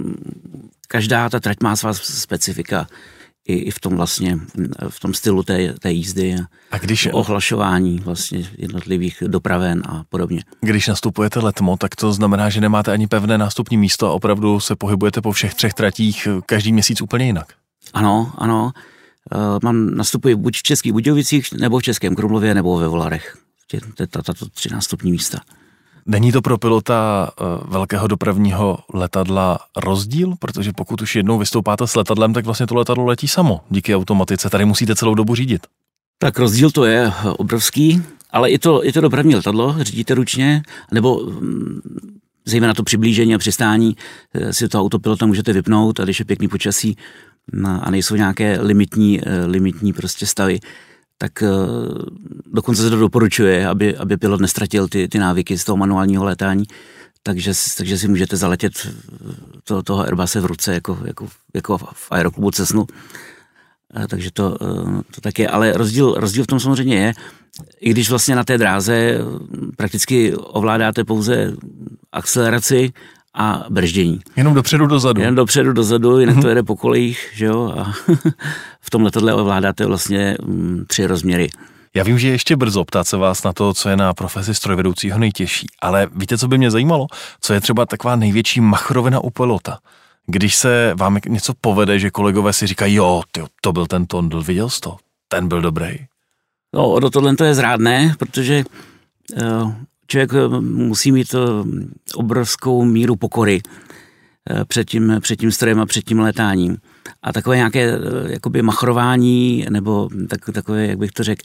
každá ta trať má svá specifika. I v tom vlastně, v tom stylu té jízdy a když ohlašování vlastně jednotlivých dopraven a podobně. Když nastupujete letmo, tak to znamená, že nemáte ani pevné nástupní místo a opravdu se pohybujete po všech 3 tratích každý měsíc úplně jinak. Ano. Nastupuji buď v Českých Budějovicích, nebo v Českém Krumlově, nebo ve Volarech. Tato 3 nástupní místa. Není to pro pilota velkého dopravního letadla rozdíl? Protože pokud už jednou vystoupáte s letadlem, tak vlastně to letadlo letí samo díky automatice. Tady musíte celou dobu řídit. Tak rozdíl to je obrovský, ale i to dopravní letadlo řídíte ručně, nebo zejména to přiblížení a přistání si to autopilota můžete vypnout, a když je pěkný počasí a nejsou nějaké limitní prostě stavy, tak dokonce se to doporučuje, aby pilot nestratil ty návyky z toho manuálního létání, takže si můžete zaletět toho Airbusu v ruce, jako v aeroklubu Cessnu. Takže to tak je, ale rozdíl v tom samozřejmě je, i když vlastně na té dráze prakticky ovládáte pouze akceleraci a brždění. Jenom dopředu, dozadu, jinak to jede po kolejích, že jo, a v tom letadle ovládáte vlastně 3 rozměry. Já vím, že je ještě brzo ptát se vás na to, co je na profesi strojvedoucího nejtěžší, ale víte, co by mě zajímalo? Co je třeba taková největší machrovina u pilota? Když se vám něco povede, že kolegové si říkají, jo, to byl ten Tondl, viděl jsi to? Ten byl dobrý. No, tohle to je zrádné, protože člověk musí mít obrovskou míru pokory před tím strojem a před tím letáním. A takové nějaké jakoby machrování, nebo takové, jak bych to řekl,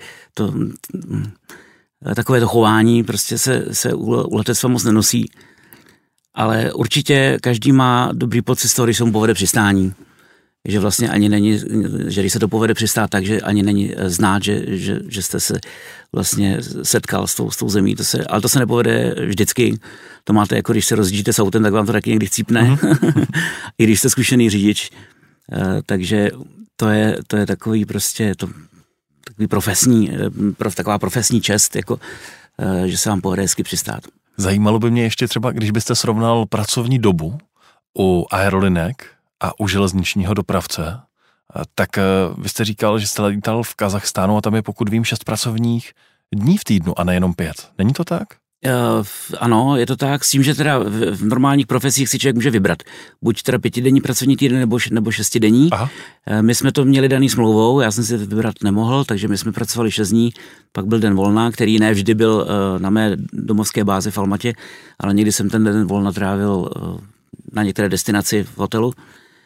takové to chování prostě se u letectva moc nenosí. Ale určitě každý má dobrý pocit z toho, když se mu povede přistání. Že vlastně ani není, že když se to povede přistát tak, že ani není znát, že jste se vlastně setkal s tou zemí. Ale to se nepovede vždycky. To máte jako, když se rozjíždíte s autem, tak vám to taky někdy chcípne. I když jste zkušený řidič. Takže to je takový prostě takový taková profesní čest, jako, že se vám povede hezky přistát. Zajímalo by mě ještě třeba, když byste srovnal pracovní dobu u aerolinek a u železničního dopravce, tak vy jste říkal, že jste letal v Kazachstánu a tam je, pokud vím, 6 pracovních dní v týdnu a nejenom 5. Není to tak? Ano, je to tak, s tím, že teda v normálních profesích si člověk může vybrat. Buď teda 5denní pracovní týden nebo 6denní. Aha. My jsme to měli daný smlouvou, já jsem si vybrat nemohl, takže my jsme pracovali 6 dní, pak byl den volna, který ne vždy byl na mé domovské bázi v Almatě, ale někdy jsem ten den volna trávil na některé destinaci v hotelu.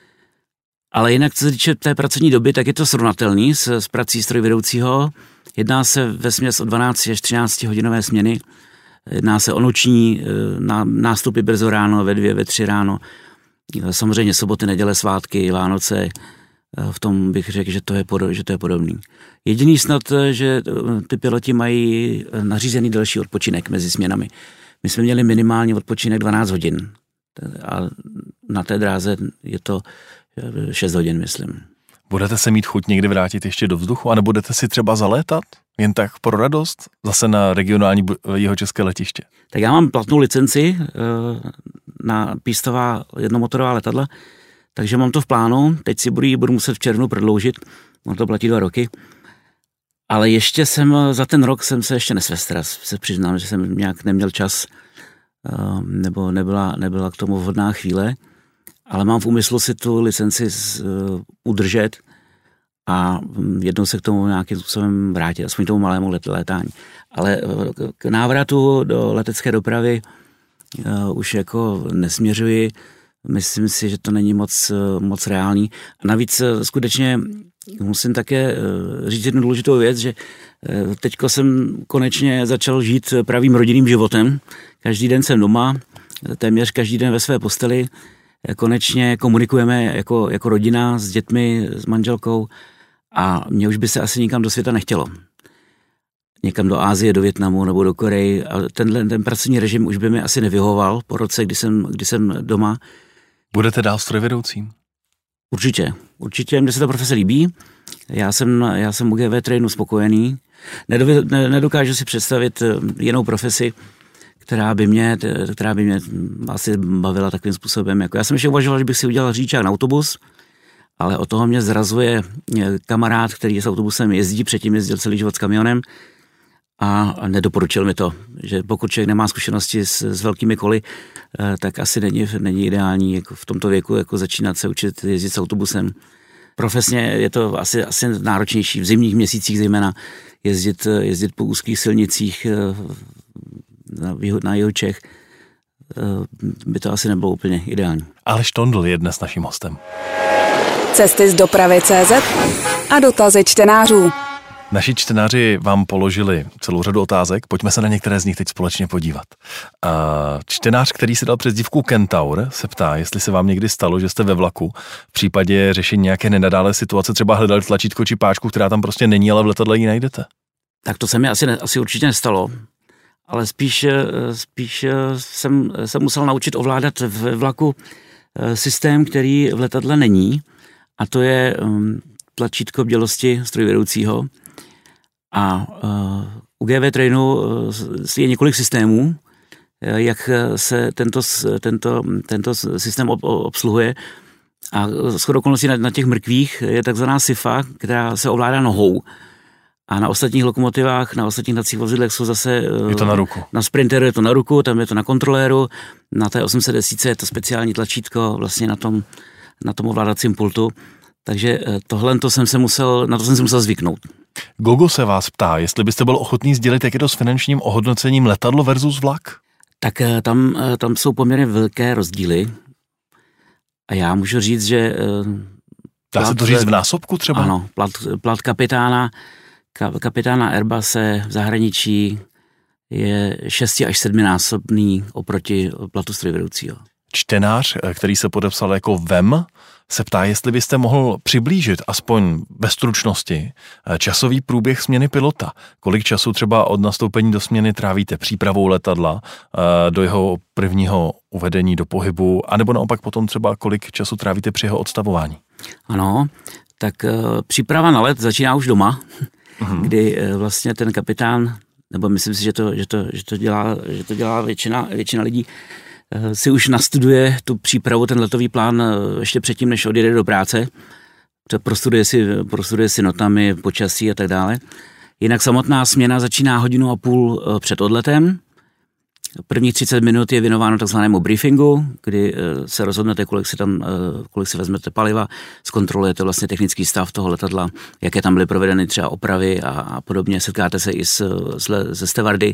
Ale jinak, co se týče té pracovní doby, tak je to srovnatelný s prací strojvedoucího. Jedná se vesměs o 12 až 13 hodinové směny. Jedná se o noční nástupy brzo ráno, ve 2, ve 3 ráno. Samozřejmě soboty, neděle, svátky, Vánoce. V tom bych řekl, že to je podobný. Jediný snad, že ty piloti mají nařízený delší odpočinek mezi směnami. My jsme měli minimální odpočinek 12 hodin. A na té dráze je to 6 hodin, myslím. Budete se mít chuť někdy vrátit ještě do vzduchu, anebo budete si třeba zalétat? Jen tak pro radost? Zase na regionální jihočeské letiště? Tak já mám platnou licenci na pístová jednomotorová letadla, takže mám to v plánu. Teď si budu muset v červnu prodloužit, ono to platí 2 roky. Ale ještě za ten rok jsem se ještě nesvestral. Se přiznám, že jsem nějak neměl čas, nebo nebyla k tomu vhodná chvíle. Ale mám v úmyslu si tu licenci udržet a jednou se k tomu nějakým způsobem vrátit, aspoň tomu malému létání. Ale k návratu do letecké dopravy už jako nesměřuji. Myslím si, že to není moc reálný. A navíc skutečně musím také říct jednu důležitou věc, že teďko jsem konečně začal žít pravým rodinným životem. Každý den jsem doma, téměř každý den ve své posteli. Konečně komunikujeme jako rodina s dětmi, s manželkou a mně už by se asi nikam do světa nechtělo. Někam do Asie, do Vietnamu nebo do Koreji. A ten pracovní režim už by mi asi nevyhovoval po roce, kdy jsem doma. Budete dál strojvedoucím? Určitě, mně se ta profese líbí. Já jsem u GV Trainu spokojený. Nedokážu si představit jinou profesi, která by mě asi bavila takovým způsobem. Jako já jsem ještě uvažoval, že bych si udělal řidičák na autobus, ale od toho mě zrazuje kamarád, který s autobusem jezdí, předtím jezdil celý život s kamionem a nedoporučil mi to, že pokud člověk nemá zkušenosti s velkými koly, tak asi není ideální jako v tomto věku jako začínat se učit jezdit s autobusem. Profesně je to asi náročnější v zimních měsících zejména jezdit po úzkých silnicích na jihu Čech, by to asi nebylo úplně ideální. Aleš Tondl je dnes naším hostem. Cesty z dopravy.cz a dotazy čtenářů. Naši čtenáři vám položili celou řadu otázek, pojďme se na některé z nich teď společně podívat. Čtenář, který si dal přezdívku Kentaur, se ptá, jestli se vám někdy stalo, že jste ve vlaku v případě řešení nějaké nenadálé situace třeba hledali tlačítko či páčku, která tam prostě není, ale v letadle ji najdete. Tak to se mi asi určitě nestalo. ale spíš jsem musel naučit ovládat v vlaku systém, který v letadle není, a to je tlačítko bdělosti strojvedoucího. A u GV Trainu je několik systémů, jak se tento systém obsluhuje. A shodou okolností na těch mrkvích je takzvaná SIFA, která se ovládá nohou. A na ostatních lokomotivách, na ostatních hnacích vozidlech jsou zase... Je to na ruku. Na Sprinteru je to na ruku, tam je to na kontroléru, na té 810 je to speciální tlačítko vlastně na tom ovládacím pultu. Takže na to jsem se musel zvyknout. Gogo se vás ptá, jestli byste byl ochotný sdělit, jak je to s finančním ohodnocením letadlo versus vlak? Tak tam jsou poměrně velké rozdíly. A já můžu říct, že... Dá se to říct v násobku třeba? Ano, plat kapitána Airbusse v zahraničí je 6 až 7 násobný oproti platu strojvedoucího. Čtenář, který se podepsal jako VEM, se ptá, jestli byste mohl přiblížit aspoň ve stručnosti časový průběh směny pilota. Kolik času třeba od nastoupení do směny trávíte přípravou letadla do jeho prvního uvedení do pohybu, anebo naopak potom třeba kolik času trávíte při jeho odstavování? Ano, tak příprava na let začíná už doma, kdy vlastně ten kapitán, nebo myslím si, že to dělá většina lidí, si už nastuduje tu přípravu, ten letový plán ještě předtím, než odjede do práce. Prostuduje si notami, počasí a tak dále. Jinak samotná směna začíná 1,5 hodiny před odletem. Prvních 30 minut je věnováno takzvanému briefingu, kdy se rozhodnete, kolik si vezmete paliva, zkontrolujete vlastně technický stav toho letadla, jaké tam byly provedeny třeba opravy a podobně. Setkáte se i se stevardy,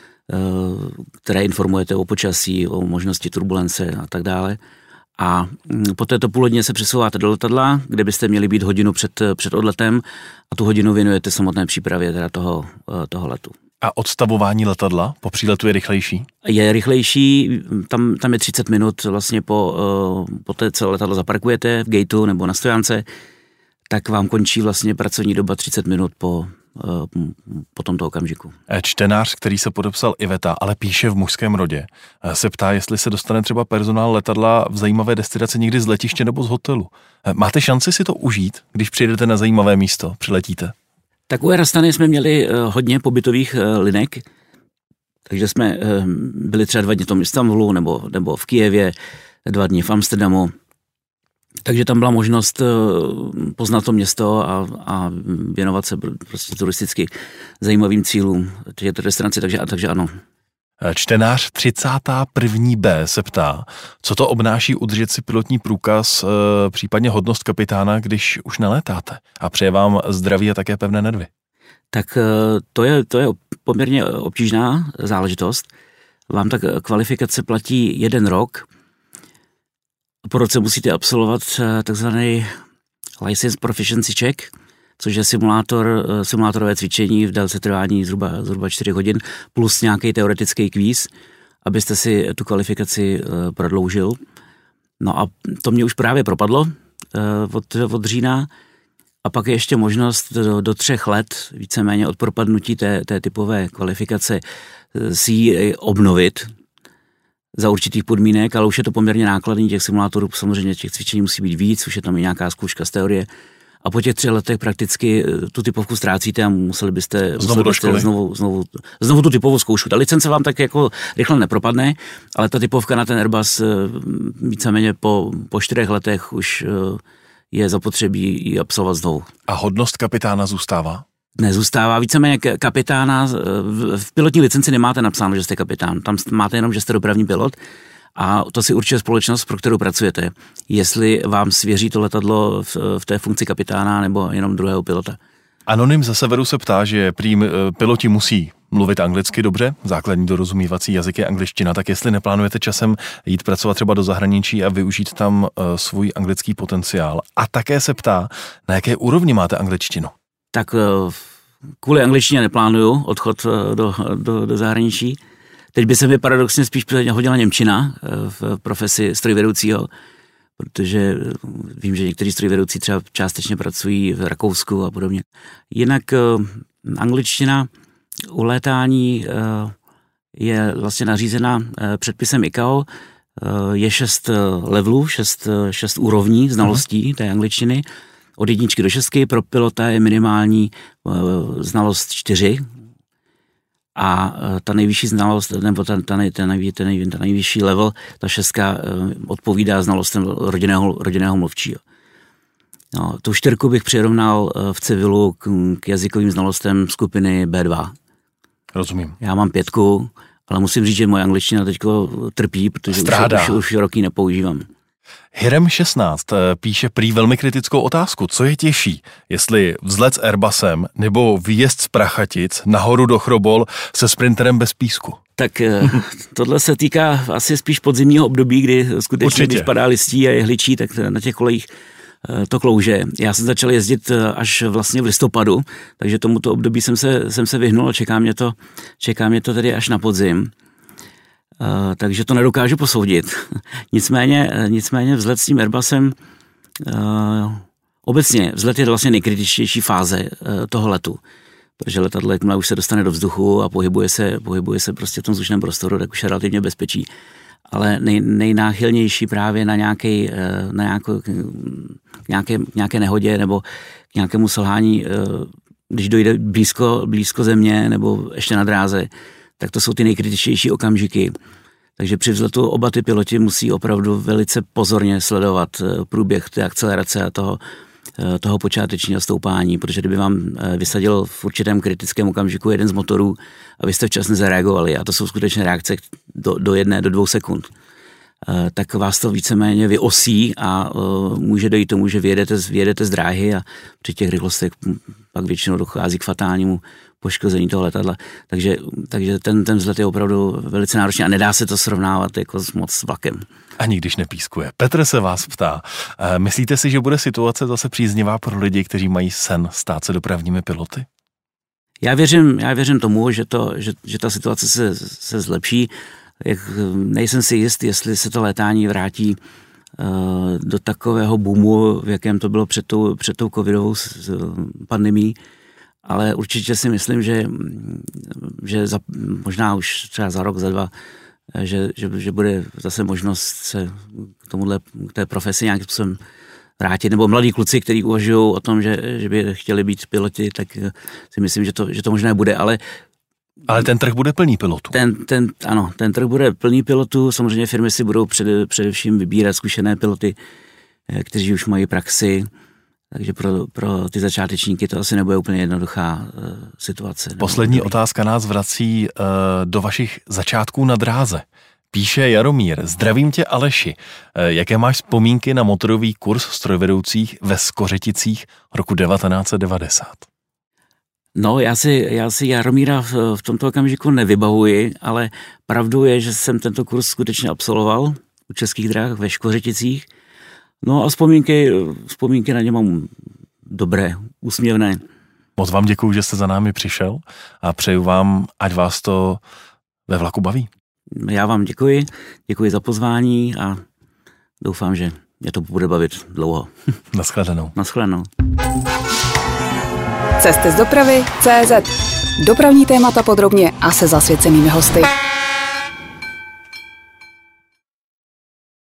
které informujete o počasí, o možnosti turbulence a tak dále. A po této půlhodině se přesouváte do letadla, kde byste měli být hodinu před odletem, a tu hodinu věnujete samotné přípravě teda toho letu. A odstavování letadla po příletu je rychlejší? Je rychlejší, tam je 30 minut vlastně po té, co letadlo zaparkujete v gateu nebo na stojánce, tak vám končí vlastně pracovní doba 30 minut po tomto okamžiku. Čtenář, který se podepsal Iveta, ale píše v mužském rodě, se ptá, jestli se dostane třeba personál letadla v zajímavé destinaci někdy z letiště nebo z hotelu. Máte šanci si to užít, když přijedete na zajímavé místo, přiletíte? Tak u Air Astany jsme měli hodně pobytových linek, takže jsme byli třeba 2 dny v tom Istanbulu nebo v Kyjevě, 2 dny v Amsterdamu. Takže tam byla možnost poznat to město a věnovat se prostě turisticky zajímavým cílům této destinace, takže ano. Čtenář 31B se ptá, co to obnáší udržet si pilotní průkaz, případně hodnost kapitána, když už nelétáte, a přeje vám zdraví a také pevné nervy. Tak to je poměrně obtížná záležitost. Vám tak kvalifikace platí 1 rok. Po roce musíte absolvovat takzvaný License Proficiency Check, což je simulátorové cvičení v délce trvání zhruba 4 hodin, plus nějaký teoretický kvíz, abyste si tu kvalifikaci prodloužil. No a to mě už právě propadlo od října, a pak je ještě možnost do 3 let, víceméně od propadnutí té typové kvalifikace, si ji obnovit za určitých podmínek, ale už je to poměrně nákladný, těch simulátorů, samozřejmě těch cvičení musí být víc, už je tam i nějaká zkouška z teorie. A po těch 3 letech prakticky tu typovku ztrácíte a museli byste znovu tu typovou zkoušku. Ta licence vám tak jako rychle nepropadne, ale ta typovka na ten Airbus víceméně po 4 letech už je zapotřebí ji absolvovat znovu. A hodnost kapitána zůstává? Nezůstává. Víceméně kapitána, v pilotní licenci nemáte napsáno, že jste kapitán. Tam máte jenom, že jste dopravní pilot, a to si určuje společnost, pro kterou pracujete. Jestli vám svěří to letadlo v té funkci kapitána nebo jenom druhého pilota. Anonym ze severu se ptá, že prý piloti musí mluvit anglicky dobře, základní dorozumívací jazyk je angličtina, tak jestli neplánujete časem jít pracovat třeba do zahraničí a využít tam svůj anglický potenciál. A také se ptá, na jaké úrovni máte angličtinu? Tak kvůli angličtině neplánuju odchod do zahraničí. Teď by se mi paradoxně spíš hodila němčina v profesi strojvedoucího, protože vím, že někteří strojvedoucí třeba částečně pracují v Rakousku a podobně. Jinak angličtina u létání je vlastně nařízena předpisem ICAO, je 6 levelů, 6 úrovní znalostí té angličtiny. Od 1 do 6, pro pilota je minimální znalost 4 a ta nejvyšší znalost, nebo ten nejvyšší level, ta 6 odpovídá znalostem rodinného mluvčího. No, tu 4 bych přirovnal v civilu k jazykovým znalostem skupiny B2. Rozumím. Já mám 5, ale musím říct, že moje angličtina teďko trpí, protože už roky nepoužívám. Hirem 16 píše prý velmi kritickou otázku. Co je těžší, jestli vzlet s Airbusem nebo výjezd z Prachatic nahoru do Chrobol se sprinterem bez písku? Tak tohle se týká asi spíš podzimního období, kdy skutečně, když padá listí a je hličí, tak na těch kolejích to klouže. Já jsem začal jezdit až vlastně v listopadu, takže tomuto období jsem se vyhnul a čeká mě to tedy až na podzim. Takže to nedokážu posoudit. Nicméně vzlet s tím Airbusem, obecně vzlet je vlastně nejkritičtější fáze toho letu, protože letadlo, jakmile už se dostane do vzduchu a pohybuje se prostě v tom vzdušném prostoru, tak už je relativně bezpečí. Ale nejnáchylnější právě na nějaké nehodě nebo k nějakému selhání, když dojde blízko země nebo ještě na dráze, tak to jsou ty nejkritičtější okamžiky. Takže při vzletu oba ty piloti musí opravdu velice pozorně sledovat průběh té akcelerace a toho počátečního stoupání, protože kdyby vám vysadil v určitém kritickém okamžiku jeden z motorů a vy jste včas nezareagovali, a to jsou skutečně reakce do 1 do 2 sekund, tak vás to víceméně vyosí a může dojít tomu, že vyjedete z dráhy a při těch rychlostech pak většinou dochází k fatálnímu poškození toho letadla. Takže ten vzlet je opravdu velice náročný a nedá se to srovnávat jako s vlakem. Ani když nepískuje. Petr se vás ptá, myslíte si, že bude situace zase příznivá pro lidi, kteří mají sen stát se dopravními piloty? Já věřím tomu, že ta situace se zlepší. Nejsem si jist, jestli se to létání vrátí do takového boomu, v jakém to bylo před tou covidovou pandemií, ale určitě si myslím, že možná už třeba za rok, za 2, že bude zase možnost se k té profesi nějakým způsobem vrátit, nebo mladí kluci, kteří uvažují o tom, že by chtěli být piloti, tak si myslím, že to možná bude, ale ten trh bude plný pilotů. Ten trh bude plný pilotů, samozřejmě firmy si budou především vybírat zkušené piloty, kteří už mají praxi, takže pro ty začátečníky to asi nebude úplně jednoduchá situace. Poslední otázka nás vrací do vašich začátků na dráze. Píše Jaromír, zdravím tě Aleši, jaké máš vzpomínky na motorový kurz strojvedoucích ve Skořeticích roku 1990? No, já si Jaromíra v tomto okamžiku nevybavuji, ale pravdou je, že jsem tento kurz skutečně absolvoval u Českých drah ve Škořeticích. No a vzpomínky na ně mám dobré, úsměvné. Moc vám děkuju, že jste za námi přišel a přeju vám, ať vás to ve vlaku baví. Já vám děkuji za pozvání a doufám, že mě to bude bavit dlouho. Naschledanou. Cesty z dopravy.cz. Dopravní témata podrobně a se zasvěcenými hosty.